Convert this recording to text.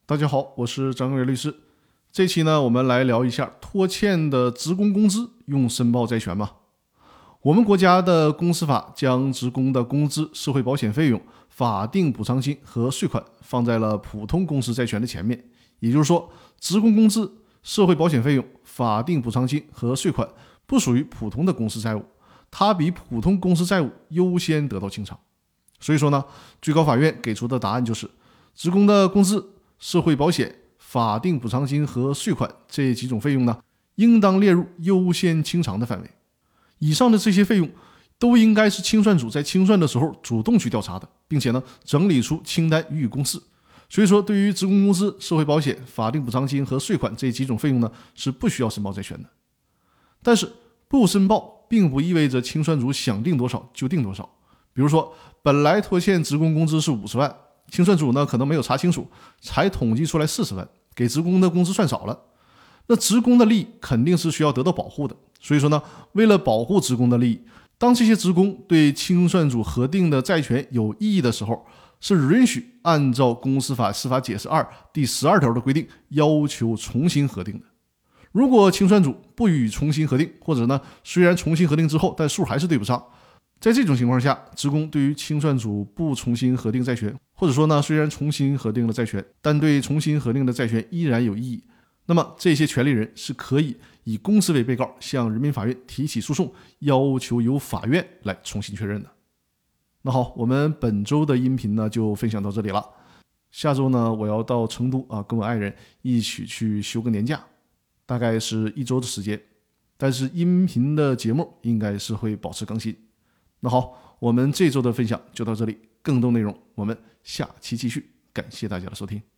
大家好，我是张根源律师。这期呢，我们来聊一下拖欠的职工工资用申报债权吗？我们国家的公司法将职工的工资、社会保险费用、法定补偿金和税款放在了普通公司债权的前面，也就是说，职工工资、社会保险费用、法定补偿金和税款不属于普通的公司债务，它比普通公司债务优先得到清偿。所以说呢，最高法院给出的答案就是，职工的工资、社会保险、法定补偿金和税款这几种费用呢，应当列入优先清偿的范围。以上的这些费用都应该是清算组在清算的时候主动去调查的，并且呢整理出清单予以公示。所以说，对于职工工资、社会保险、法定补偿金和税款这几种费用呢，是不需要申报债权的。但是不申报并不意味着清算组想定多少就定多少。比如说，本来拖欠职工工资是50万，清算组呢可能没有查清楚，才统计出来40万，给职工的工资算少了。那职工的利益肯定是需要得到保护的，所以说呢，为了保护职工的利益，当这些职工对清算组核定的债权有异议的时候，是允许按照公司法司法解释2第12条的规定要求重新核定的。如果清算组不予重新核定，或者呢虽然重新核定之后，但数还是对不上，在这种情况下，职工对于清算组不重新核定债权，或者说呢虽然重新核定了债权，但对重新核定的债权依然有异议，那么这些权利人是可以以公司为被告向人民法院提起诉讼，要求由法院来重新确认的。那好，我们本周的音频呢就分享到这里了。下周呢我要到成都跟我爱人一起去休个年假，大概是1周的时间，但是音频的节目应该是会保持更新。那好，我们这周的分享就到这里，更多内容我们下期继续，感谢大家的收听。